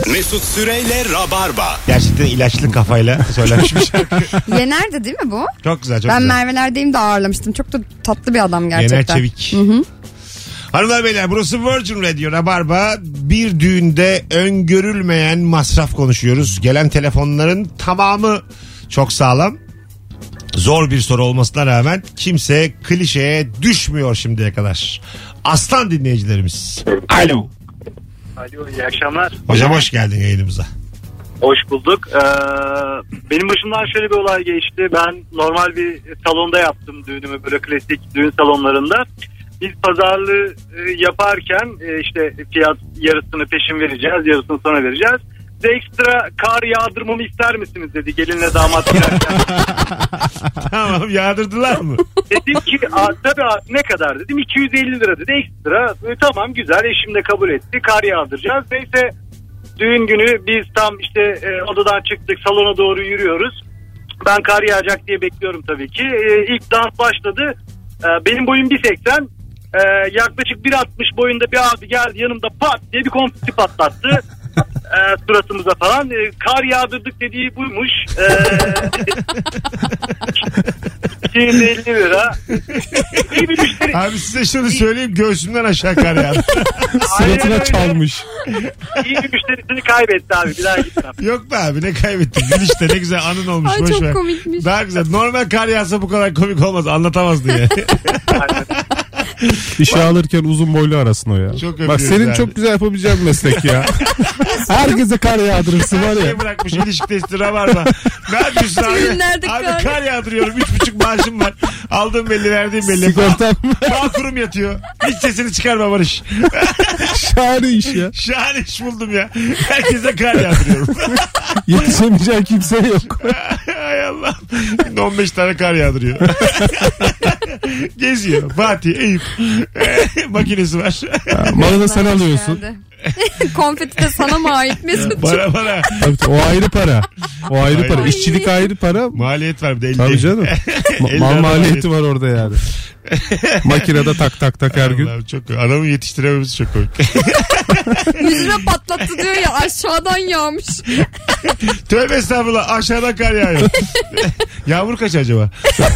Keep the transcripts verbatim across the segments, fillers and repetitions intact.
Mesut Süreyle Rabarba. Gerçekten ilaçlı kafayla söylenmiş bir şarkı. Yener'di değil mi bu? Çok güzel, çok ben güzel. Merve'lerdeyim de ağırlamıştım. Çok da tatlı bir adam gerçekten. Yener Çevik. Hı hı. Hanımlar beyler, burası Virgin Radio Rabarba. Bir düğünde öngörülmeyen masraf konuşuyoruz. Gelen telefonların tamamı çok sağlam. Zor bir soru olmasına rağmen kimse klişeye düşmüyor şimdiye kadar. Aslan dinleyicilerimiz. Alo. Alo, iyi akşamlar. Hocam hoş geldin yayınımıza. Hoş bulduk. Ee, benim başımdan şöyle bir olay geçti. Ben normal bir salonda yaptım düğünümü, böyle klasik düğün salonlarında. Biz pazarlığı e, yaparken e, işte fiyat yarısını peşin vereceğiz, yarısını sonra vereceğiz. Size ekstra kar yağdırmamı ister misiniz dedi gelinle damat girerken. Tamam, yağdırdılar mı? Dedim ki tabii abi, ne kadar dedim, iki yüz elli lira dedi ekstra. E, tamam güzel, eşim de kabul etti, kar yağdıracağız. Neyse düğün günü biz tam işte e, odadan çıktık, salona doğru yürüyoruz. Ben kar yağacak diye bekliyorum tabii ki. E, ilk dans başladı. E, benim boyum bir seksen. E, yaklaşık bir altmış boyunda bir abi geldi yanımda, pat diye bir konfeti patlattı. E, suratımıza falan. E, kar yağdırdık dediği buymuş. E, iki yüz elli lira. İyi bir müşteri. Abi size şunu söyleyeyim, göğsümden aşağı kar yağdı. Suratına çalmış. İyi bir müşterisini kaybetti abi, bir daha gitmem. Yok be abi, ne kaybettin? Gül işte, ne güzel anın olmuş. Ay boş çok ver. komikmiş. Daha güzel. Normal kar yağsa bu kadar komik olmaz. Anlatamazdı yani. Bir şey alırken uzun boylu arasın o ya. Çok Bak öpüyoruz senin yani. çok güzel yapabileceğin meslek ya. Herkese kar yağdırırsın var Her ya. şeyi bırakmış, ilişki testi Rabarba. Ne yapıyorsun abi? Düğünlerde Abi kar. kar yağdırıyorum. Üç buçuk maaşım var. Aldığım belli, verdiğim belli. Sigortam Bağ kurum yatıyor. Hiç sesini çıkarma Barış. şahane iş ya. Şahane iş buldum ya. Herkese kar yağdırıyorum. Yetişemeyeceğin kimse yok. Hay Allah. Şimdi on beş tane kar yağdırıyor. Geziyor. Fatih, Eyüp. Makinesi var. Malı da sen alıyorsun. Konfeti de sana mı ait Mesut? Bana bana. Tabii, o ayrı para. O ayrı Ay. para. İşçilik ayrı para. Maliyet var bir de. Tabii canım. Ma- mal maliyeti var orada yani. Makinede tak tak tak her gün. Allah'ım çok komik. Adamı yetiştirememiz çok komik. Yüzüme patlattı diyor ya, aşağıdan yağmış. Tövbe estağfurullah, aşağıdan kar yağıyor. Yağmur kaç acaba?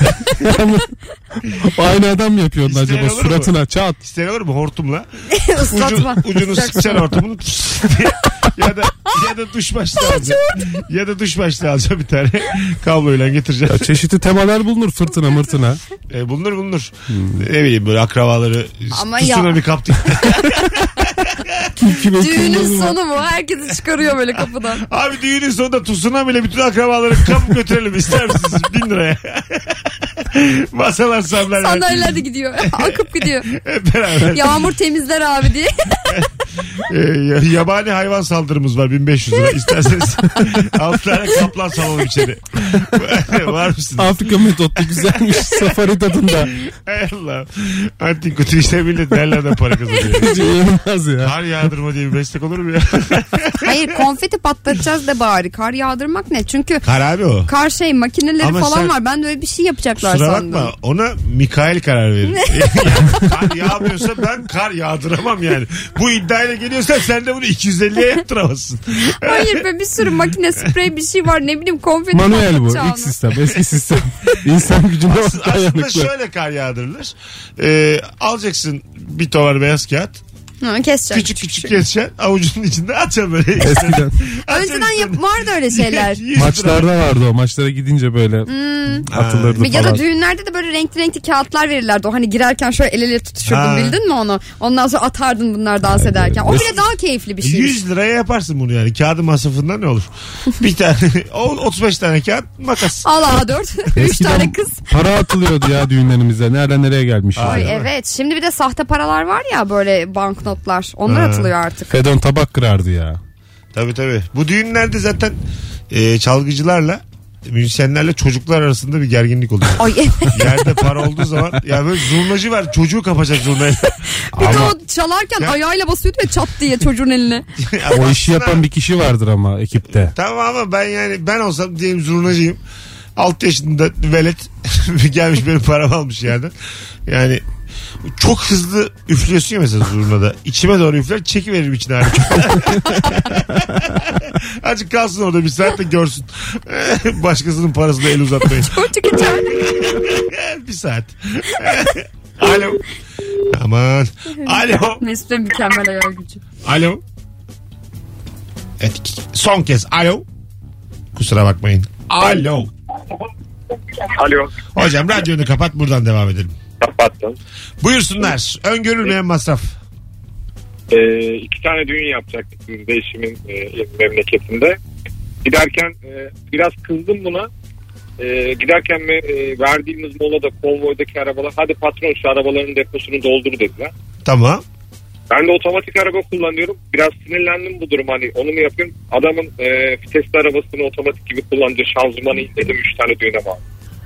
O aynı adam mı yapıyor onu İsteyen acaba olur mu? suratına çat. İsteyen olur mu hortumla? Islatma. Ucu, ucunu sıkacaksın hortumun. ya da ya da duş başlığı alacaksın. Ya da duş başlığı alacaksın bir tane. Kabloyla Ya getireceksin. çeşitli temalar bulunur, fırtına mırtına. E, bulunur bulunur. Ne bileyim, böyle akrabaları Ama kusuna ya- bir kaptı. Kimin Düğünün kimliği var? sonu mu? Herkesi çıkarıyor böyle kapıdan. Abi düğünün sonunda tusuna bile bütün akrabaları kapıp götürelim, ister misiniz? Bin liraya. Masalar, sandalyeler. Sandalyeler de gidiyor. Akıp gidiyor. Hep beraber. Yağmur temizler abi diye. Ee, yabani hayvan saldırımız var, bin beş yüz lira. İsterseniz altı tane kaplan salalım içeri. Var mısınız? Afrika metotlu güzelmiş. Safari tadında. Hay Allah. Antin kutu işte, millet nerelerden para kazanıyor. Yenilmez ya. Kar yağdırma diye bir meslek olur mu ya? Hayır, konfeti patlatacağız de bari. Kar yağdırmak ne? Çünkü Kar abi o. kar şey makineleri Ama falan sen- var. Ben de öyle bir şey yapacaklar Kusura sandım. bakma, ona Mikail karar verir. Kar yağmıyorsa ben kar yağdıramam yani. Bu iddiayla geliyorsan sen de bunu iki yüz elliye yaptıramazsın. Hayır be, bir sürü makine, sprey bir şey var. Ne bileyim, konfeti Manuel bu. patlatacağını. İlk sistem. Eski sistem. İnsan gücüne Aslında, dayanıklı. aslında şöyle kar yağdırılır. Ee, alacaksın bir tovar beyaz kağıt. Ha, kesecek. Küçük küçük keseceksin. Avucunun içinde atacaksın böyle. Eskiden. Önceden yap, vardı öyle şeyler. yüz lira. Maçlarda vardı o. Maçlara gidince böyle atılırdı Ya falan. da düğünlerde de böyle renkli renkli kağıtlar verirlerdi. O hani girerken şöyle el ele tutuşurdun, Ha. bildin mi onu? Ondan sonra atardın bunlar dans ederken. O bile daha keyifli bir şey. yüz liraya yaparsın bunu yani. Kağıdın masrafından ne olur? Bir tane, otuz beş tane kağıt, makas. Al A dört. Üç Eskiden tane kız. para atılıyordu ya düğünlerimize. Nereden nereye gelmiş. Ay ya. evet. Şimdi bir de sahte paralar var ya, böyle banknotlar. Onlar Ha. atılıyor artık. Fedon tabak kırardı ya. Tabii tabii. Bu düğünlerde zaten e, çalgıcılarla, müzisyenlerle çocuklar arasında bir gerginlik oluyor. Ay evet. Yerde para olduğu zaman ya böyle zurnacı var, çocuğu kapacak zurnayla. Bir de Ama- o çalarken Ya- ayağıyla basıyordu ya çat diye çocuğun eline. O işi yapan bir kişi vardır ama ekipte. Tamam ama ben yani ben olsam diyelim zurnacıyım. altı yaşında velet gelmiş benim paramı almış yerden. Yani çok hızlı üflüyorsun ya mesela zurnada. İçime doğru üfler, çekiveririm içine abi. Azıcık kalsın orada bir saat de görsün. Başkasının parasına el uzatmayın. Çocuk içeride. Bir saat. Alo. Aman. Alo. Mesut'a mükemmel hayal gücü. Alo. Evet, son kez. Alo. Kusura bakmayın. Alo. Alo. Hocam radyonu kapat, buradan devam edelim. Kapattım. Buyursunlar. Öngörülmeyen masraf. Ee, iki tane düğün yapacaktık biz de eşimin e, memleketinde. Giderken e, biraz kızdım buna. E, giderken mi e, verdiğimiz molada konvoydaki arabalar, hadi patron şu arabaların deposunu doldur dediler. Tamam. Ben de otomatik araba kullanıyorum. Biraz sinirlendim bu durum, hani onu mu yapayım? Adamın e, vitesli arabasını otomatik gibi kullanınca şanzımanı indirdim, üç tane düğüne bağlı.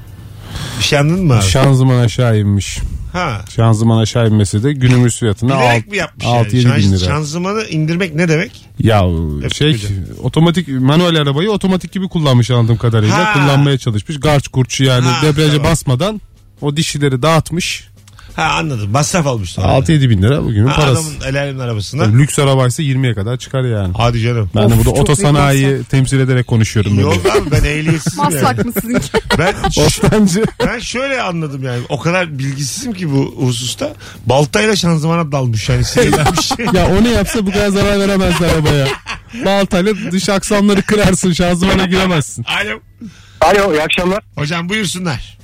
Bir şey anladın mı abi? Şanzıman aşağı inmiş. Ha. Şanzıman aşağı inmesi de günümüz fiyatına Bilerek mi yapmış altı yani? yedi bin lira. Şanzımanı indirmek ne demek? Ya şey Yapacağım. otomatik manuel arabayı otomatik gibi kullanmış anladığım kadarıyla. Ha. Kullanmaya çalışmış. Garç kurç yani Ha, debriyaja tamam. basmadan o dişileri dağıtmış. Ha, anladım. Masraf olmuş sonra. altı yedi bin lira bugünün Ha, parası. adamın el alemin arabasına. Tabii lüks arabaysa yirmiye kadar çıkar yani. Hadi canım. Ben de Of, burada çok otosanayiyi büyük temsil ederek konuşuyorum. Yok abi, ben ehliyetsizim yani. Maslak mısın? Ben, Bostancı. ben şöyle anladım yani. O kadar bilgisizim ki bu hususta. Baltayla şanzımana dalmış yani, sinirlenmiş. Ya onu yapsa bu kadar zarar veremez arabaya. Baltayla dış aksamları kırarsın, şanzımana giremezsin. Alo. Alo, iyi akşamlar. Hocam buyursunlar.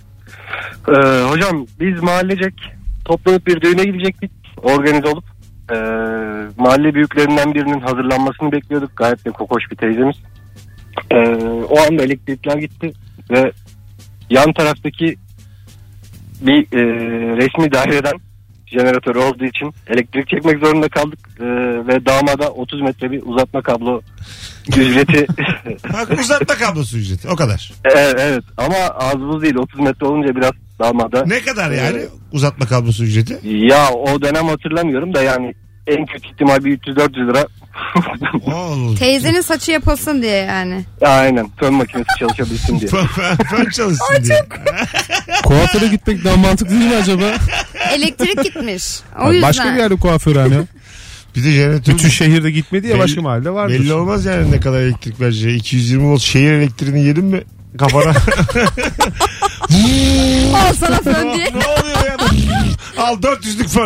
Ee, hocam biz mahallecek toplanıp bir düğüne gidecektik. Organize olup ee, mahalle büyüklerinden birinin hazırlanmasını bekliyorduk. Gayet de kokoş bir teyzemiz. Ee, o anda elektrikler gitti ve yan taraftaki bir ee, resmi daireden jeneratör olduğu için elektrik çekmek zorunda kaldık ee, ve damada otuz metre bir uzatma kablo ücreti. Bak, uzatma kablosu ücreti, o kadar. Evet, evet ama az buz değil, otuz metre olunca biraz damada. Ne kadar yani uzatma kablosu ücreti? Ya o dönem hatırlamıyorum da yani en kötü ihtimal bir üç yüz dört yüz lira. Oo. Teyzenin saçı yapılsın diye yani. Aynen, fön makinesi çalışabilsin diye. Fön, fön, fön çalışsın diye. Kuaföre gitmek daha mantıklı değil mi acaba? Elektrik gitmiş. O yüzden. Başka bir yerde kuaför hani. Bir de jeneratör. Bütün şehirde gitmedi ya, Belli- başka mahallede vardır. Belli olmaz yani ne kadar elektrik vereceği. iki yüz yirmi volt şehir elektriğini yedin mi kafana? Al sana fön diye. Ne oluyor ya? Al dört yüzlük fön.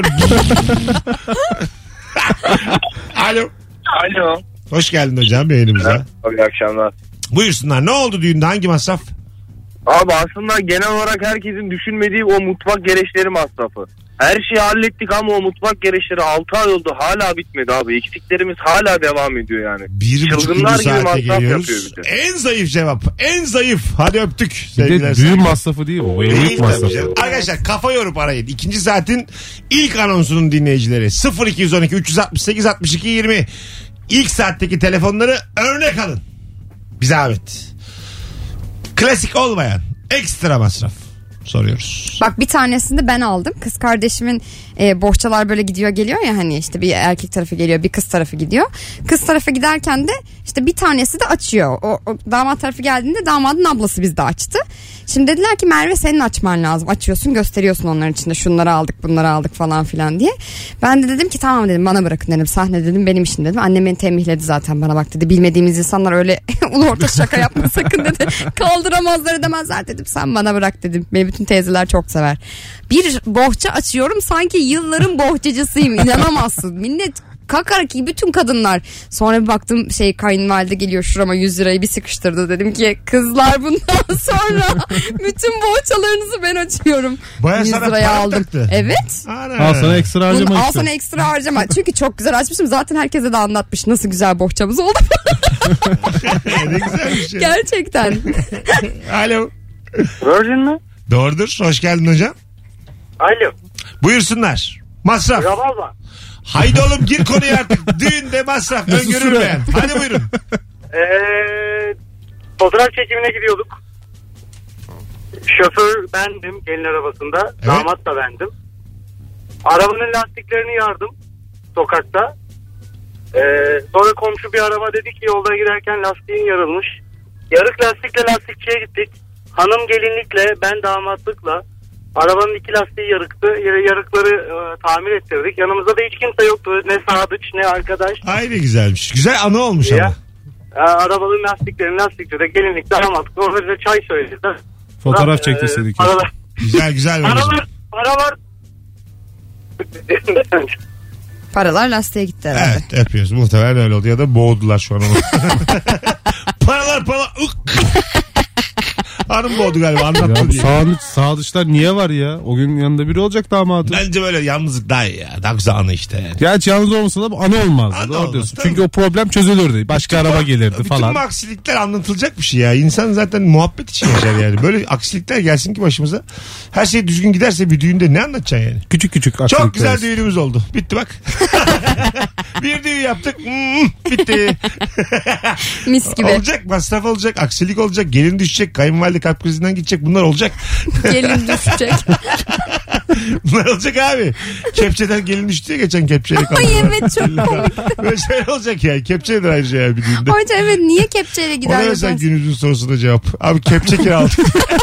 Alo. Alo. Hoş geldin hocam yayınımıza. İyi akşamlar. Buyursunlar. Ne oldu düğünde? Hangi masraf? Abi aslında genel olarak herkesin düşünmediği o mutfak gereçleri masrafı. Her şeyi hallettik ama o mutfak gereçleri altı ay oldu, hala bitmedi abi. Eksiklerimiz hala devam ediyor yani. Bir buçuk Çılgınlar gibi saate masraf yapıyor geliyoruz. bir de. En zayıf cevap. En zayıf. Hadi öptük. Bir Sevgiler, de düğün sevgiler. masrafı değil bu. Değil Evlilik tabii masrafı. canım. Arkadaşlar kafa yorup arayın. İkinci saatin ilk anonsunun dinleyicileri sıfır iki on iki üç altı sekiz altmış iki yirmi. İlk saatteki telefonları örnek alın. Bir zahmet. Klasik olmayan ekstra masraf soruyoruz. Bak bir tanesini ben aldım. Kız kardeşimin e, bohçalar böyle gidiyor geliyor ya, hani işte bir erkek tarafı geliyor, bir kız tarafı gidiyor. Kız tarafı giderken de işte bir tanesi de açıyor. O, o damat tarafı geldiğinde damadın ablası bizde açtı. Şimdi dediler ki Merve senin açman lazım. Açıyorsun, gösteriyorsun onların içinde şunları aldık bunları aldık falan filan diye. Ben de dedim ki tamam dedim, bana bırakın dedim. Sahne dedim benim işim dedim. Annem beni tembihledi zaten, bana bak dedi. Bilmediğimiz insanlar öyle ulu orta şaka yapma sakın dedi. Kaldıramazlar edemezler dedim. Sen bana bırak dedim. Beni bütün teyzeler çok sever. Bir bohça açıyorum, sanki yılların bohçacısıyım. İnanamazsın. Millet kakarak ki bütün kadınlar. Sonra bir baktım şey kayınvalide geliyor, şurama yüz lirayı bir sıkıştırdı. Dedim ki kızlar bundan sonra bütün bohçalarınızı ben açıyorum. Baya yüz sana liraya para aldım. taktı. Evet. Ana. Al sana ekstra Bunu harcama al işte. sana ekstra harcama. Çünkü çok güzel açmışım. Zaten herkese de anlatmış nasıl güzel bohçamız oldu. Ne güzel bir şey. Gerçekten. Alo. Virgin mi? Doğrudur. Hoş geldin hocam. Alo. Buyursunlar. Masraf. Rabarba. Haydi oğlum gir konuya artık. Düğünde masraf. Nasıl Öngörülmeyen. Hadi buyurun. Ee, fotoğraf çekimine gidiyorduk. Şoför bendim gelin arabasında. Evet. Damat da bendim. Arabanın lastiklerini yardım sokakta. Ee, sonra komşu bir araba dedi ki yolda giderken lastiğin yarılmış. Yarık lastikle lastikçiye gittik. Hanım gelinlikle, ben damatlıkla. Arabanın iki lastiği yarıktı. Yarıkları e, tamir ettirdik. Yanımızda da hiç kimse yoktu. Ne sadıç ne arkadaş. Ay ne güzelmiş. Güzel anı olmuş Ya. ama. e, arabanın lastiklerini lastikçide gelinlik damat orada bize çay söylediler. Fotoğraf E, çektirsedik. Paralar, Güzel güzel. paralar, paralar. Paralar lastiğe gitti herhalde. Evet yapıyoruz. Muhtemelen öyle oldu ya da boğdular şu an onu. Paralar paralar. Hanım boğdu galiba Ya anlattı bu diye. sağ, sağ dışlar niye var ya? O gün yanında biri olacak damadı. Bence böyle yalnızlık daha iyi ya. Daha güzel anı işte yani. Gerçi yalnız olmasa da bu anı olmazdı. Anı Doğru olmaz, diyorsun. tabii. Çünkü o problem çözülürdü. Başka araba gelirdi Bütün falan. bu aksilikler anlatılacak bir şey ya. İnsan zaten muhabbet için yaşar yani. Böyle aksilikler gelsin ki başımıza. Her şey düzgün giderse bir düğünde ne anlatacaksın yani? Küçük küçük aksilikler. Çok güzel düğünümüz oldu. Bitti bak. Bir düğün yaptık. Hmm, bitti. Mis gibi. Olacak masraf olacak. Aksilik olacak. Gelin düşecek. Kayınvalide kalp krizinden gidecek. Bunlar olacak. Gelin düşecek. Bunlar olacak abi. Kepçeden gelin düştü ya geçen kepçeyle kaldı. Ay evet çok komik. Böyle şey olacak ya. Kepçedir ayrıca ya bir düğünde. Hocam evet niye kepçeyle Ona gider mesela yaparsın? günümüzün sorusuna cevap. Abi kepçe kiraladık.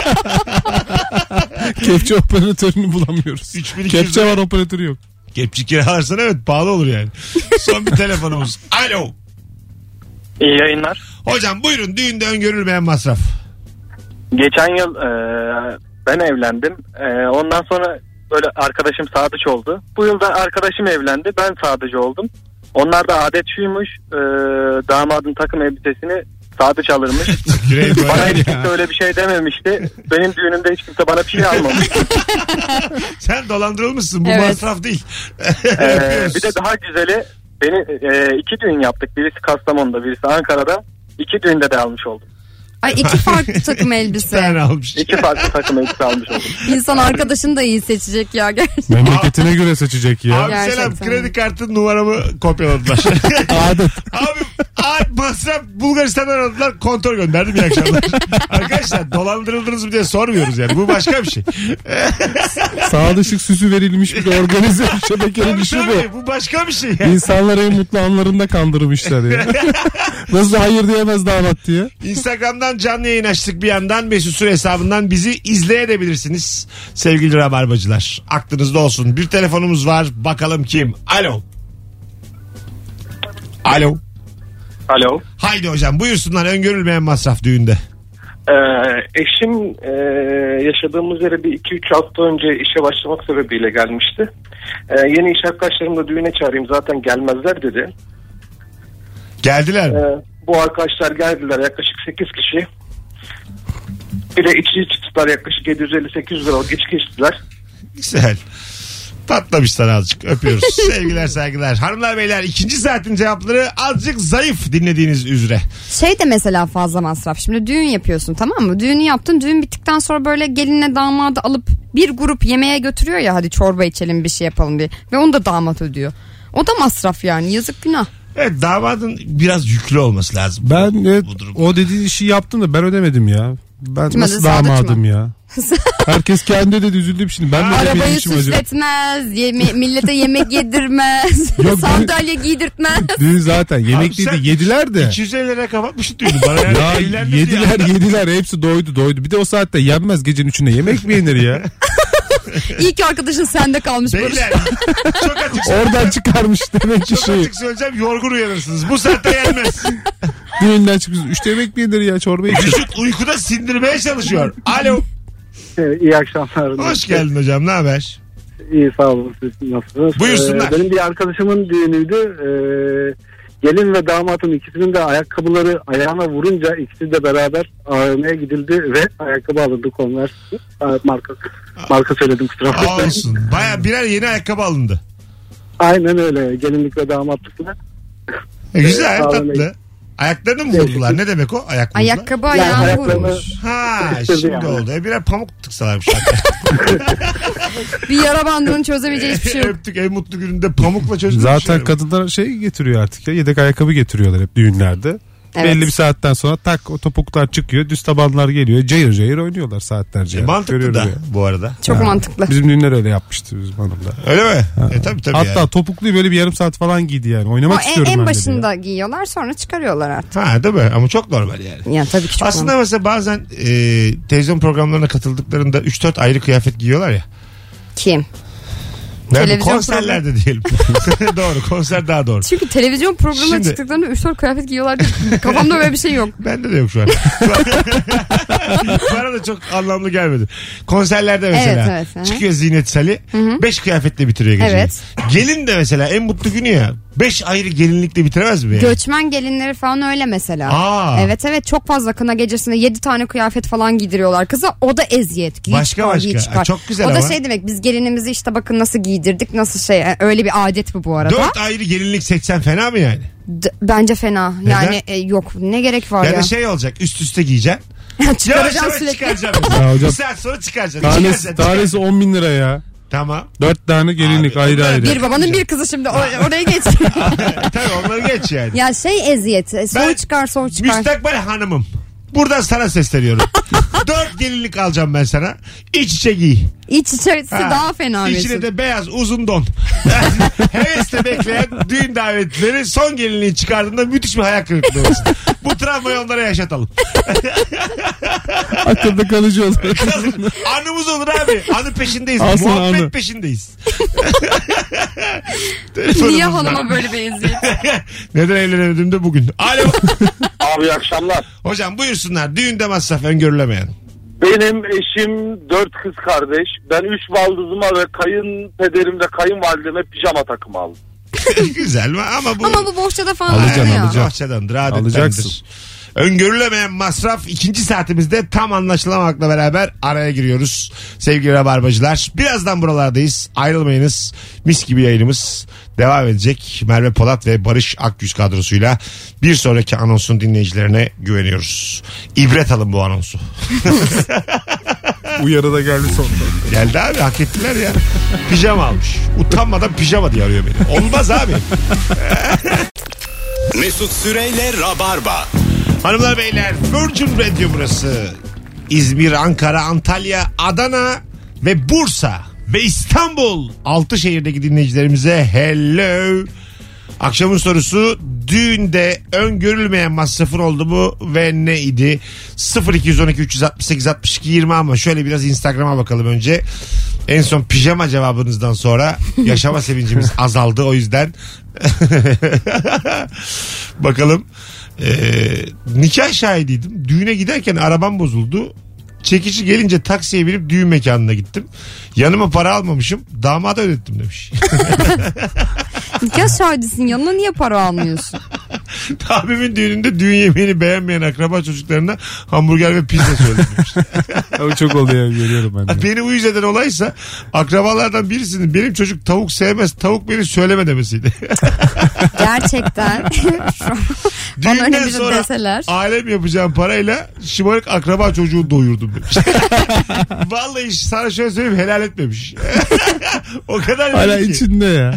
Kepçe operatörünü bulamıyoruz. üç bin iki yüz Kepçe var operatörü yok. Kepçe kiralarsan evet pahalı olur yani. Son bir telefonumuz. Alo. İyi yayınlar. Hocam buyurun düğünde öngörülmeyen masraf. Geçen yıl e, ben evlendim. E, ondan sonra böyle arkadaşım sadıç oldu. Bu yıl da arkadaşım evlendi. Ben sadıç oldum. Onlar da adet şuymuş. E, damadın takım elbisesini sadıç alırmış. Güneydoğu Bana hiç ya. kimse öyle bir şey dememişti. Benim düğünümde hiç kimse bana bir şey almamış. Sen dolandırılmışsın. Bu Evet. masraf değil. Ee, Öpüyoruz. bir de daha güzeli beni e, iki düğün yaptık. Birisi Kastamonu'da, birisi Ankara'da. İki düğünde de almış oldum. Ay iki farklı takım Bir elbise. tane almış. İki farklı takım elbise almış oldum. İnsan arkadaşını da iyi seçecek ya gerçekten. Memleketine göre seçecek ya. Abi Gerçekten. selam kredi kartı numaramı kopyaladılar. Adet. Abi, abi masraf Bulgaristan'dan aradılar kontör gönderdim iyi akşamlar. Arkadaşlar dolandırıldınız mı diye sormuyoruz yani bu başka bir şey. Sağdışık süsü verilmiş bir organize bir şebekenin Tabii, işi bu. tabii, bu başka bir şey yani. İnsanları en mutlu anlarında kandırmışlar ya. Nasıl hayır diyemez damat diye. Instagram'dan canlı yayın açtık bir yandan. Mesut Süre hesabından bizi izleyebilirsiniz. Sevgili Rabarbacılar. Aklınızda olsun. Bir telefonumuz var. Bakalım kim? Alo. Alo. Alo. Haydi hocam buyursunlar. Öngörülmeyen masraf düğünde. Ee, eşim e, yaşadığımız yere bir iki üç hafta önce işe başlamak sebebiyle gelmişti. Ee, yeni iş arkadaşlarımı da düğüne çağırayım zaten gelmezler dedi. Geldiler mi? Ee, bu arkadaşlar geldiler yaklaşık sekiz kişi. Bir de içki çıktılar yaklaşık yedi yüz elli sekiz yüz liralık içki içtiler. Güzel. Patlamışlar azıcık. Öpüyoruz. Sevgiler saygılar. Hanımlar beyler ikinci saatin cevapları azıcık zayıf dinlediğiniz üzere. Şey de mesela fazla masraf. Şimdi düğün yapıyorsun tamam mı? Düğünü yaptın. Düğün bittikten sonra böyle gelinle damadı alıp bir grup yemeğe götürüyor ya hadi çorba içelim bir şey yapalım diye. Ve onu da damat ödüyor. O da masraf yani yazık günah. Evet damadın biraz yüklü olması lazım. Ben evet, bu durum. o dediğin işi yaptım da ben ödemedim ya. Ben Kim nasıl ödedi, Sadıç damadım mı? ya. Herkes kendi ödedi üzüldüm şimdi. Ben de Arabayı ödemedim işim acaba. süsletmez, yeme- millete yemek yedirmez, Yok, sandalye giydirtmez. Düğün zaten Abi yemekliydi sen yediler de. iki yüz elli lira kapatmışsın düğünü. Bana yani Ya ellenmedi yediler ya. yediler hepsi doydu doydu. Bir de o saatte yenmez gecenin üçünde yemek mi yenir ya? İyi ki arkadaşın sende kalmış Barış. Beyler çok açık Oradan çıkarmış demek ki Çok şey. açık söyleyeceğim yorgun uyanırsınız. Bu saatte yenmez. Düğünden çıkmış. Üçte yemek mi yenir ya çorba içir. Vücut uykuda sindirmeye çalışıyor. Alo. İyi akşamlar. Hoş geldin hocam ne haber? İyi sağ olun. Siz nasılsınız? Buyursunlar. Ee, benim bir arkadaşımın düğünüydü. Ee, gelin ve damatın ikisinin de ayakkabıları ayağına vurunca ikisi de beraber A V M'ye gidildi ve ayakkabı alındı Converse. Marka, marka söyledim kusura bakmayın. Olsun. Baya birer yeni ayakkabı alındı. Aynen öyle. Gelinlik ve damatlıkla. E, güzel Sağ olun. tatlı. Ayaklarını mı vurdular? Ne demek o? Ayak vurdular. Ayakkabı Yani ayağına ayaklarını- vurmuş. Ha Sıkıştırdı şimdi yani. oldu. E, birer pamuk tıksalarmış. Bir yara bandının çözemeyeceği hiçbir şey yok. Öptük en mutlu gününde pamukla çözdük. Zaten kadınlar şey getiriyor artık ya. Yedek ayakkabı getiriyorlar hep düğünlerde. Evet. Belli bir saatten sonra tak o topuklar çıkıyor. Düz tabanlar geliyor. Cayır cayır oynuyorlar saatlerce. yani. Mantıklı Görüyorum da ya. bu arada. Çok Ha. mantıklı. Bizim düğünler öyle yapmıştı bizim hanımlar. Öyle mi? E tabii tabii Hatta ya. topukluyu böyle bir yarım saat falan giydi yani. O Oynamak en, istiyorum en ben dedi başında ya. giyiyorlar sonra çıkarıyorlar artık. Ha değil mi? Ama çok normal yani. Ya tabii ki çok Aslında mantıklı. mesela bazen e, televizyon programlarına katıldıklarında üç dört ayrı kıyafet giyiyorlar ya. Kim? Nerede? Televizyon Konserlerde diyelim. Doğru, konser daha doğru. Çünkü televizyon programına Şimdi- çıktıklarında üç dört kıyafet giyiyorlar diye kafamda öyle bir şey yok. Bende de yok şu an. Bana da çok anlamlı gelmedi. Konserlerde mesela Evet, evet, hı. çıkıyor Zinet Salih. Beş kıyafetle bitiriyor geceyi. Evet. Gelin de mesela en mutlu günü ya. Beş ayrı gelinlikle bitiremez mi? Yani? Göçmen gelinleri falan öyle mesela. Aa. Evet evet çok fazla kına gecesinde yedi tane kıyafet falan giydiriyorlar kıza. O da eziyet. Giy Başka çıkar, başka. giy çıkar. Aa, çok güzel o da ama. şey demek biz gelinimizi işte bakın nasıl giydirdik nasıl şey yani öyle bir adet bu bu arada. Dört ayrı gelinlik seksen fena mı yani? D- bence fena. Yani e, yok ne gerek var Ya ya. da şey olacak üst üste giyeceksin. Yavaş Çıkaracağım yavaş sürekli. çıkaracaksın. Ya mesela. hocam- Bir saat sonra çıkaracaksın. Tanesi, Çıkaracaksın, tanesi çıkaracaksın. on bin lira ya. Tamam. Dört tane gelinlik Abi, ayrı onlar ayrı. Bir babanın bir kızı şimdi o- oraya geç. Tabii onları geç yani. Ya şey eziyet. Soy Ben çıkar soy çıkar. Müstakbel hanımım. Buradan sana sesleniyorum. Dört gelinlik alacağım ben sana. İç içe giy. İç içerisi Ha. daha fena İçine Mesut. de beyaz uzun don. Hevesle bekleyen düğün davetleri son gelinliği çıkardığında müthiş bir hayal kırıklığı olsun. Bu travmayı onlara yaşatalım. Akılda kalıcı olur. Anımız olur abi. Anı peşindeyiz. Al sana Muhabbet anı. peşindeyiz. Niye Telefonumuz var. hanıma böyle bir eziyet? Neden evlenemedim de bugün. Alo. Abi iyi akşamlar. Hocam buyursunlar. Düğünde masraf öngörülemeyen. Benim eşim dört kız kardeş. Ben üç baldızıma ve kayınpederimle kayınvalideme pijama takımı aldım. Güzel mi? Ama bu... Ama bu bohçada falan Alacaksın, olmuyor. alacaksın. Bahçedendir, adettendir. Alacaksın. Öngörülemeyen masraf ikinci saatimizde tam anlaşılamamakla beraber araya giriyoruz. Sevgili Rabarbacılar. Birazdan buralardayız. Ayrılmayınız. Mis gibi yayınımız devam edecek. Merve Polat ve Barış Akgüz kadrosuyla bir sonraki anonsun dinleyicilerine güveniyoruz. İbret alın bu anonsu. Uyarı da geldi sonunda. Geldi abi, hak ettiler ya. Pijama almış. Utanmadan pijama diye arıyor beni. Olmaz abi. Mesut Süreyle Rabarba. Hanımlar beyler, Virgin Radio burası. İzmir, Ankara, Antalya, Adana ve Bursa ve İstanbul. Altı şehirdeki dinleyicilerimize hello. Akşamın sorusu, düğünde öngörülmeyen masrafın oldu mu ve neydi? sıfır iki on iki üç altı sekiz altmış iki yirmi ama şöyle biraz Instagram'a bakalım önce. En son pijama cevabınızdan sonra yaşama sevincimiz azaldı, o yüzden bakalım. Ee, nikah şahidiydim. Düğüne giderken arabam bozuldu. Çekici gelince taksiye binip düğün mekanına gittim. Yanıma para almamışım. Damada ödettim demiş. Nikah şahidisin yanına niye para almıyorsun? Abimin düğününde düğün yemeğini beğenmeyen akraba çocuklarına hamburger ve pizza söyledim demiş. O çok oluyor, görüyorum ben de. Beni uyuz eden olaysa akrabalardan birisinin benim çocuk tavuk sevmez, tavuk beni söyleme demesiydi. Gerçekten. Şu an bana öyle Düğünden bir sonra deseler. alem yapacağım parayla şımarık akraba çocuğu doyurdum demiş. Vallahi sana şöyle söyleyeyim, helal etmemiş. O kadar Hala iyi ki. içinde ya.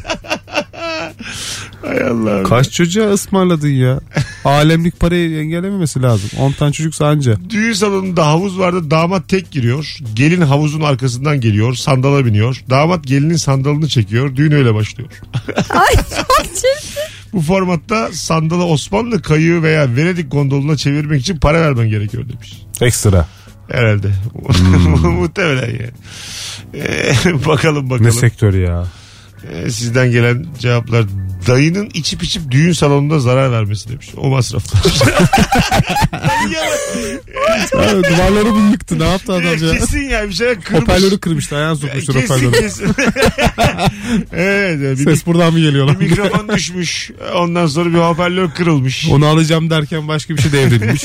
Hay Allah. Kaç çocuğa ısmarladın ya? Alemlik parayı engellememesi lazım. on tane çocuksa anca. Düğün salonunda havuz vardı. Damat tek giriyor. Gelin havuzun arkasından geliyor. Sandala biniyor. Damat gelinin sandalını çekiyor. Düğün öyle başlıyor. Ay çok çirkin. Bu formatta sandalı Osmanlı kayığı veya Venedik gondoluna çevirmek için para vermen gerekiyor demiş. Ekstra. Herhalde. Hmm. Muhtemelen yani. Ee, bakalım Ne bakalım. sektör ya. Ee, sizden gelen cevaplar. Dayının içip içip düğün salonunda zarar vermesi demiş. O masraflar. Dayıya bak. Ya, duvarları mı yıktı? Ne yaptı adam ya? Kesin ya, bir şey kırmış. Hoparlörü kırmıştı. Ayağını sokmuştur Kesin hoparlörü. kesin. Evet. Bir, Ses buradan mı geliyor lan? bir mikrofon düşmüş. Ondan sonra bir hoparlör kırılmış. Onu alacağım derken başka bir şey devrilmiş.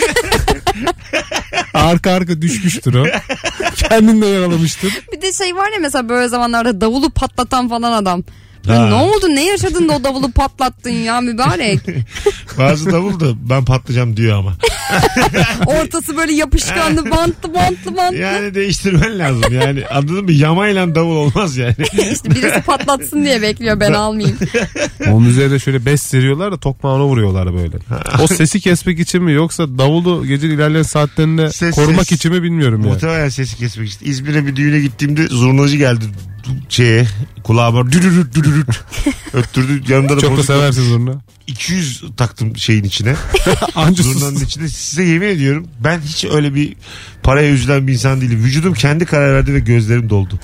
Arka arka düşmüştür o. Kendini de yaralamıştır. Bir de şey var ya mesela böyle zamanlarda davulu patlatan falan adam. Ya Ha. ne oldu ne yaşadın da o davulu patlattın ya mübarek. Bazı davul da ben patlayacağım diyor ama. Ortası böyle yapışkanlı bantlı bantlı bantlı. Yani değiştirmen lazım. Yani anladın mı? Yamayla davul olmaz yani. İşte birisi patlatsın diye bekliyor ben almayayım. Onun üzerine şöyle beş seriyorlar da tokmağına vuruyorlar böyle. O sesi kesmek için mi yoksa davulu gece ilerleyen saatlerinde Ses, korumak ses. için mi bilmiyorum ya. Muhtemelen sesi kesmek için. İzmir'e bir düğüne gittiğimde zurnacı geldi şeye, kulağıma dürürüt dürürüt öttürdü. Yanında da Çok da bozuk- seversiniz onu. iki yüz taktım şeyin içine. Anca Zurnanın sus. içinde. Size yemin ediyorum ben hiç öyle bir paraya üzülen bir insan değilim. Vücudum kendi karar verdi ve gözlerim doldu.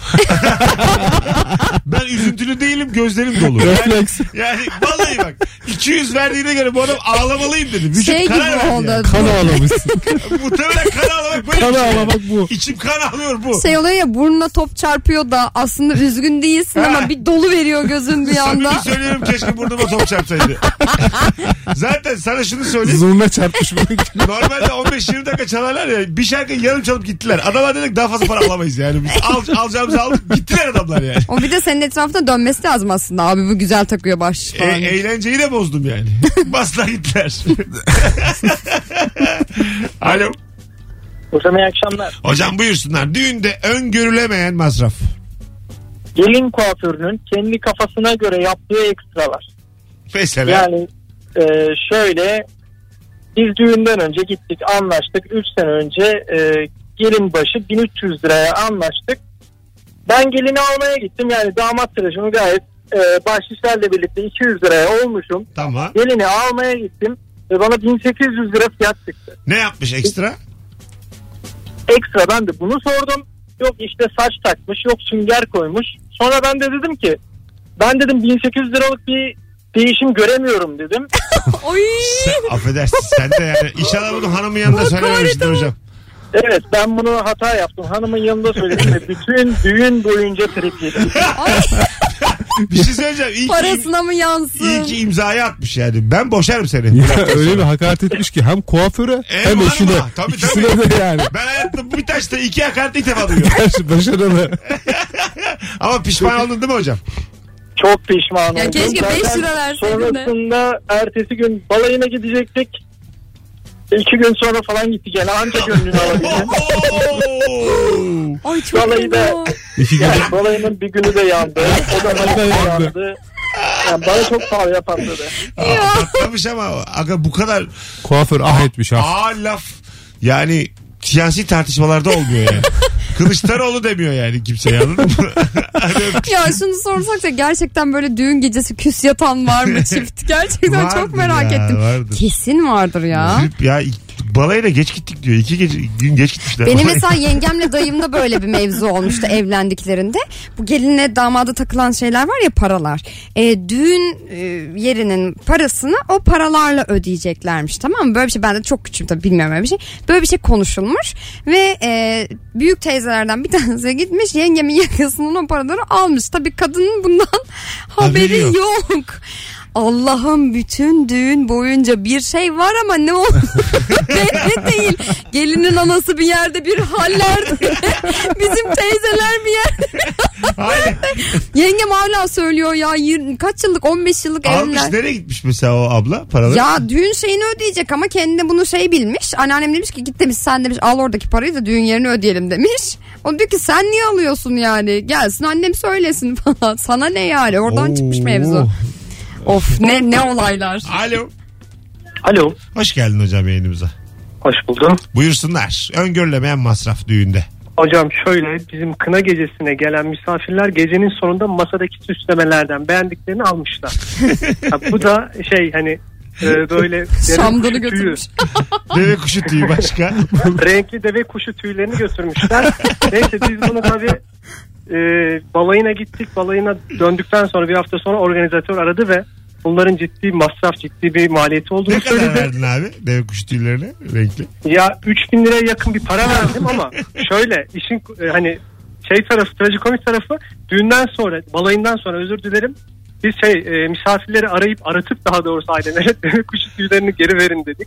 Ben üzüntülü değilim, gözlerim dolu. Yani, yani vallahi bak iki yüz verdiğine göre bu adam ağlamalıyım dedi. Vücut Şey karar gibi verdi oldu. yani. Kan ağlamışsın. Muhtemelen kan ağlamak böyle Kan bir şey. ağlamak bu. İçim kan ağlıyor bu. Şey oluyor ya, burnuna top çarpıyor da aslında üzgün değilsin ama bir dolu veriyor gözün bir anda. Samimi söylüyorum, keşke burnuma top çarpsaydı. Zaten sana şunu söyleyeyim. Zurna çarpmış böyle. Normalde on beş yirmi dakika çalarlar ya. Bir şarkı yarım çalıp gittiler. Adama dedik daha fazla para alamayız yani. Biz al, alacağımızı aldık, gittiler adamlar yani. O bir de senin etrafında dönmesi lazım aslında. Abi bu güzel takıyor baş E, falan. eğlenceyi de bozdum yani. Basla gittiler. Alo. Hocam iyi akşamlar. Hocam buyursunlar. Düğünde öngörülemeyen masraf. Gelin kuaförünün kendi kafasına göre yaptığı ekstralar. Mesela. Yani e, şöyle, biz düğünden önce gittik, anlaştık. üç sene önce e, gelin başı bin üç yüz liraya anlaştık. Ben gelini almaya gittim, yani damat tıraşımı gayet e, bahşişlerle birlikte iki yüz liraya olmuşum. Tamam. Gelini almaya gittim ve bana bin sekiz yüz lira fiyat çıktı. Ne yapmış ekstra? Ekstra ben de bunu sordum. Yok işte saç takmış, yok sünger koymuş. Sonra ben de dedim ki, ben dedim bin sekiz yüz liralık bir değişim göremiyorum dedim. Oy. Sen, affedersin sen de yani. İnşallah bunu hanımın yanında söylememiştin hocam. Evet, ben bunu hata yaptım. Hanımın yanında söyledim ve bütün düğün boyunca trip yedim. Bir şey söyleyeceğim. İyi ki, Parasına mı yansın? iyi ki imzayı atmış yani. Ben boşarım seni. Ya öyle bir hakaret etmiş ki hem kuaföre Hem hem eşine. hanıma. Tabii, İkisine tabii. de yani. Ben hayatımda bir taşta iki hakaret ilk defa duyuyorum. Başarılı. Ama pişman oldun değil mi hocam? Çok pişman Ya oldum. keşke beş Zaten lira verseydin de. sonrasında ertesi gün balayına gidecektik. İki gün sonra falan gittik, yani anca gönlünü alabildim. Ay çok Balayı da, İki gün. yani balayının bir günü de yandı. O da bana yandı. yandı. Yani bana çok pahalıya patladı. Patlamış ama aga bu kadar Kuaför ah etmiş ah. ağır laf yani siyasi tartışmalarda olmuyor yani. Kılıçdaroğlu demiyor yani kimse, anladın mı? Ya şunu sorsak da gerçekten böyle düğün gecesi küs yatan var mı çift? Gerçekten Vardır çok merak ya, ettim. vardır. Kesin vardır ya. Ya balayına geç gittik diyor. İki gece, gün geç gitmişler. Benim mesela yengemle dayımda böyle bir mevzu olmuştu evlendiklerinde. Bu gelinle damada takılan şeyler var ya, paralar. E, düğün e, yerinin parasını o paralarla ödeyeceklermiş, tamam mı? Böyle bir şey, ben de çok küçüğüm tabii, bilmiyorum öyle bir şey. Böyle bir şey konuşulmuş ve e, büyük teyzelerden bir tanesi gitmiş yengemin yakasından o paraları almış. Tabii kadının bundan haberi, Haberi yok. yok. Allah'ım bütün düğün boyunca bir şey var ama ne oldu belli değil. Gelinin anası bir yerde bir hallerde. Bizim teyzeler bir yerde. Yengem hala söylüyor ya, yirmi, kaç yıllık, on beş yıllık Almış, evliler. nereye gitmiş mesela o abla paraları? Ya düğün şeyini ödeyecek ama kendine bunu şey bilmiş. Anneannem demiş ki git demiş, sen demiş al oradaki parayı da düğün yerini ödeyelim demiş. O diyor ki sen niye alıyorsun yani, gelsin annem söylesin falan. Sana ne yani, oradan Oo. çıkmış mevzu. Of ne ne olaylar. Alo. Alo. Hoş geldin hocam yayınımıza. Hoş buldum. Buyursunlar. Öngörülemeyen masraf düğünde. Hocam şöyle, bizim kına gecesine gelen misafirler gecenin sonunda masadaki süslemelerden beğendiklerini almışlar. Ha, bu da şey hani e, böyle Şamdanı deve kuşu götürmüş. Deve kuşu tüyü başka. tüyü, renkli deve kuşu tüylerini götürmüşler. Neyse biz bunu tabii e, balayına gittik. Balayına döndükten sonra bir hafta sonra organizatör aradı ve bunların ciddi masraf, ciddi bir maliyeti olduğunu Ne kadar söyledi. verdin abi deve kuşu tüylerine renkli? Ya üç bin liraya yakın bir para verdim ama şöyle işin e, hani şey tarafı, trajikomik tarafı, düğünden sonra, balayından sonra özür dilerim. Biz şey e, misafirleri arayıp aratıp daha doğrusu ailelerine deve kuşu tüylerini geri verin dedik.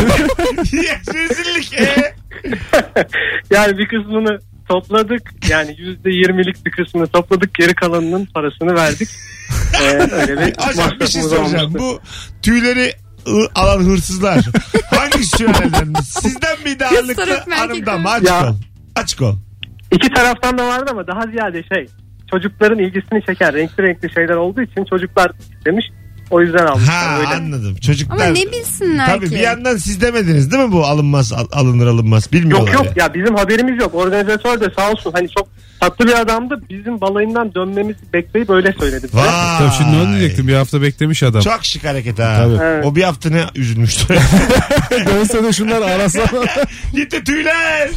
Ya rezillik. Ee? Yani bir kısmını topladık. Yani yüzde yirmilik bir kısmını topladık. Geri kalanının parasını verdik. Ee, öyle bir Hocam bir şey masrafımız soracağım. olmuştu. Bu tüyleri ı, alan hırsızlar hangi sülaleden? Sizden miydi ağırlıklı, taraf mı, erkek hanımdan mı? taraf? Açık Ya. ol. Açık ol. İki taraftan da vardı ama daha ziyade şey, çocukların ilgisini çeken renkli renkli şeyler olduğu için çocuklar istemiş. O yüzden almışlar. Ha öyle. anladım. Çocuklar. Ama ne bilsinler Tabii ki. bir yandan siz demediniz değil mi bu alınmaz al- alınır alınmaz bilmiyorlar. Yok yok ya. ya, bizim haberimiz yok. Organizatör de sağ olsun hani çok tatlı bir adamdı. Bizim balayından dönmemizi bekleyip öyle söyledi. bize. Vay. Tabii şimdi onu diyecektim, bir hafta beklemiş adam. Çok şık hareket ha. Tabii. Evet. O bir hafta ne üzülmüştü. Dönse de şunlar arasa. Gitti tüyler.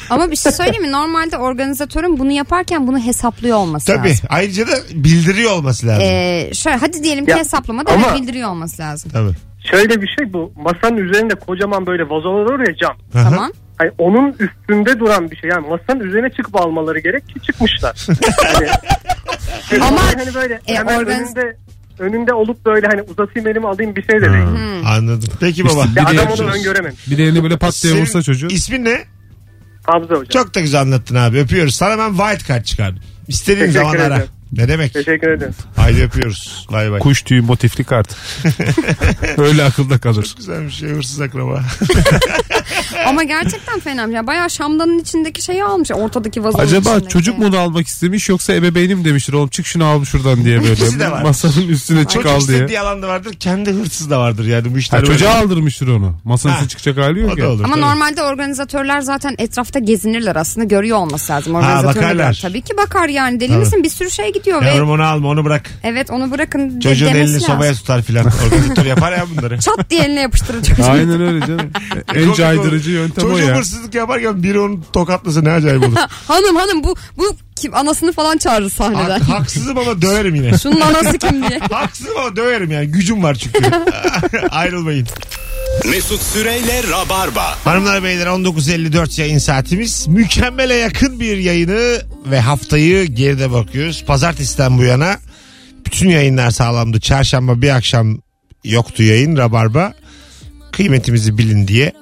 Ama bir şey söyleyeyim mi? Normalde organizatörün bunu yaparken bunu hesaplıyor olması Tabii. lazım. Ayrıca da bildiriyor olması lazım. Ee, şöyle hadi diyelim ki Ya, hesaplamada ama- evet bildiriyor olması lazım. Tabii. Şöyle bir şey, bu masanın üzerinde kocaman böyle vazolar olur ya, cam. Aha. Tamam. Hani onun üstünde duran bir şey. Yani masanın üzerine çıkıp almaları gerek ki çıkmışlar. hani, Ama, hani böyle e, hemen organiz- önünde önünde olup böyle hani uzatayım elimi alayım bir şey de değil. Ha, Anladım. Peki baba. İşte Ya biri- adam onu öngörememiş. Bir de elini böyle pat diye Senin vursa çocuğu. İsmin ne? Hamza hocam. Çok da güzel anlattın abi. Öpüyoruz. Sana ben white card çıkardım. İstediğin Teşekkür zaman ara. ederim. Ne demek? Teşekkür ederim. Haydi öpüyoruz. Bay bay. Kuş tüyü motifli kart. Öyle akılda kalır. Güzel bir şey, hırsız akraba. Ama gerçekten fena. Yani bayağı şamdanın içindeki şeyi almış. Ortadaki vazonun Acaba içindeki. çocuk mu onu almak istemiş yoksa ebeveynim demiştir oğlum çık şunu al şuradan diye İkisi de böyle. var. Masanın üstüne çık Çocuk al diye. istediği alanda vardır. Kendi hırsız da vardır yani bu işler. Ha, çocuğa böyle. aldırmıştır onu. Masanın Ha. üstüne çıkacak hali yok O da ya. olur. Ama tabii. normalde organizatörler zaten etrafta gezinirler aslında, görüyor olması lazım. Organizatörler bakarlar. tabii ki bakar yani, deli Tabii. misin, bir sürü şey gidiyor ve Yavrum onu alma, onu bırak. evet onu bırakın de- Çocuğun demesi elini lazım. sobaya tutar filan. Organizatör yapar ya bunları. Çat diye eline yapıştırır çocuğu. Aynen öyle canım. en Komik caydırıcı olur. yöntem o Çocuk ya. hırsızlık yaparken biri onu tokatlasa ne acayip olur. hanım hanım bu bu kim, anasını falan çağırır sahneden. Hak, haksızım ama döverim yine. Şunun anası kim diye. Haksızım ama döverim yani. Gücüm var çünkü. Ayrılmayın. Mesut Süreyle Rabarba. Hanımlar beyler, on dokuz elli dört yayın saatimiz. Mükemmele yakın bir yayını ve haftayı geride bakıyoruz. Pazartesiden bu yana bütün yayınlar sağlamdı. Çarşamba bir akşam yoktu yayın, Rabarba. Kıymetimizi bilin diye.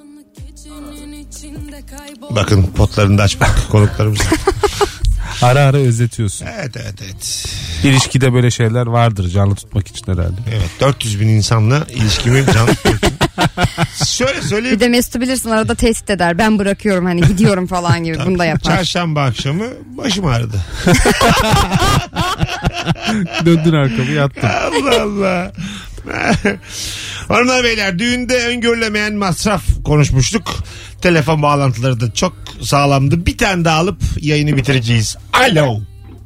Bakın potlarını da açmak konuklarımız. Ara ara özletiyorsun. Evet evet evet. İlişkide böyle şeyler vardır canlı tutmak için herhalde. Evet, dört yüz bin insanla ilişkimi canlı tutuyorum. Şöyle söyleyeyim. Bir de Mesut'u bilirsin, arada tehdit eder. Ben bırakıyorum hani, gidiyorum falan gibi. Bunu da yapar. Çarşamba akşamı başım ağrıdı. Döndün arkamı yattın. Allah Allah. Hanımlar beyler, düğünde öngörülemeyen masraf konuşmuştuk. Telefon bağlantıları da çok sağlamdı. Bir tane daha alıp yayını bitireceğiz. Alo.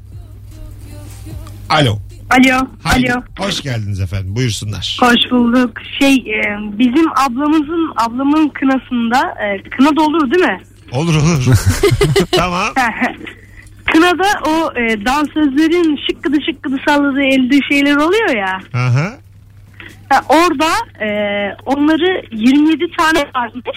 Alo. Alo, Haydi. alo. Hoş geldiniz efendim. Buyursunlar. Hoş bulduk. Şey, e, bizim ablamızın ablamın kınasında, e, kına da olur değil mi? Olur olur. Tamam. Kınada o e, dansözlerin şıkkıdı şıkkıdı salladığı elde şeyler oluyor ya. Aha. Ha, orada e, onları yirmi yedi tane varmış.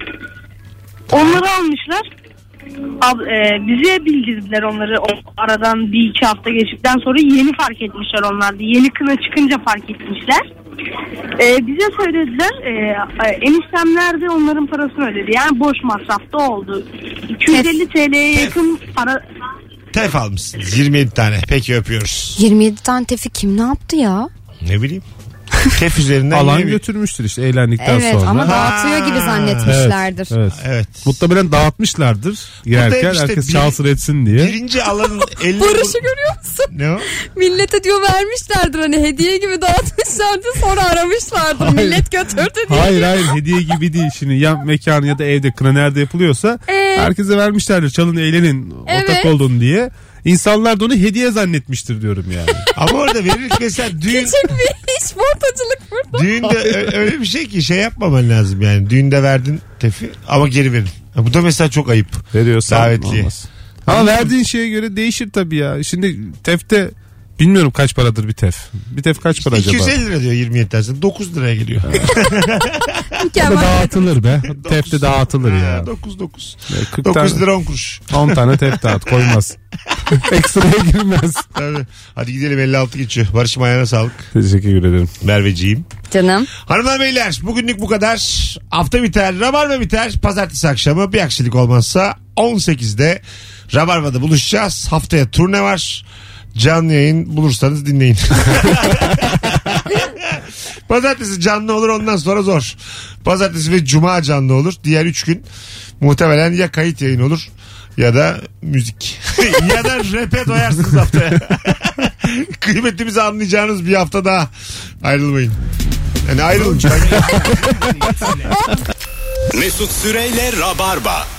Onları almışlar. Ab, e, bize bildirdiler onları, o aradan bir iki hafta geçtikten sonra yeni fark etmişler onlar da. Yeni kına çıkınca fark etmişler. E, bize söylediler, e, e, eniştemler de onların parasını ödedi. Yani boş masrafta oldu. iki yüz elli TL'ye yakın para. Tef almışsınız yirmi yedi tane. Peki öpüyoruz. yirmi yedi tane tefi kim ne yaptı ya? Ne bileyim. Tef üzerinden Alan yine bir- götürmüştür işte eğlendikten Evet sonra. ama dağıtıyor gibi Ha. zannetmişlerdir. Evet. Evet. Muhtemelen dağıtmışlardır. Girerken işte herkes bir- çalsın etsin diye. Birinci alanın elli... Barış'ı görüyor musun? Ne o? Millete diyor vermişlerdir, hani hediye gibi dağıtmışlardır, sonra aramışlardır. Hayır. Millet götürdü diye. Hayır hayır hediye gibi değil. Şimdi ya mekan ya da evde kına nerede yapılıyorsa Ee? herkese vermişlerdir. Çalın eğlenin ortak Evet. olun diye. İnsanlar da onu hediye zannetmiştir diyorum yani. Ama orada verir mesela düğün... Küçük bir işportacılık burada. Düğünde ö- öyle bir şey ki şey yapmaman lazım yani. Düğünde verdin tefi ama geri verin. Ha, bu da mesela çok ayıp. Ne diyorsan Davetli. olmaz. Ama verdiğin şeye göre değişir tabii ya. Şimdi tefte bilmiyorum kaç paradır bir tef. Bir tef kaç para iki yüz acaba? elli lira diyor yirmi yedi tanesi. dokuz liraya geliyor. Mükemmel. Dağıtılır be. Tefte dağıtılır ya. dokuz dokuz. kırk dokuz tane- lira on kuruş. on tane tef dağıt koymaz. Ekstraya girmez. Tabii. Hadi gidelim, elli altı geçiyor. Barış'ım ayağına sağlık. Teşekkür ederim. Merveciğim. Canım. Hanımlar beyler, bugünlük bu kadar. Hafta biter, Rabarba biter. Pazartesi akşamı bir aksilik olmazsa on sekizde Rabarba'da buluşacağız. Haftaya turne var. Canlı yayın bulursanız dinleyin. Pazartesi canlı olur, ondan sonra zor. Pazartesi ve cuma canlı olur. Diğer üç gün muhtemelen ya kayıt yayın olur ya da müzik. Ya da rap'e doyarsınız haftaya. Kıymetimizi anlayacağınız bir hafta daha. Ayrılmayın. Yani ayrılın. Mesut Süreyle Rabarba.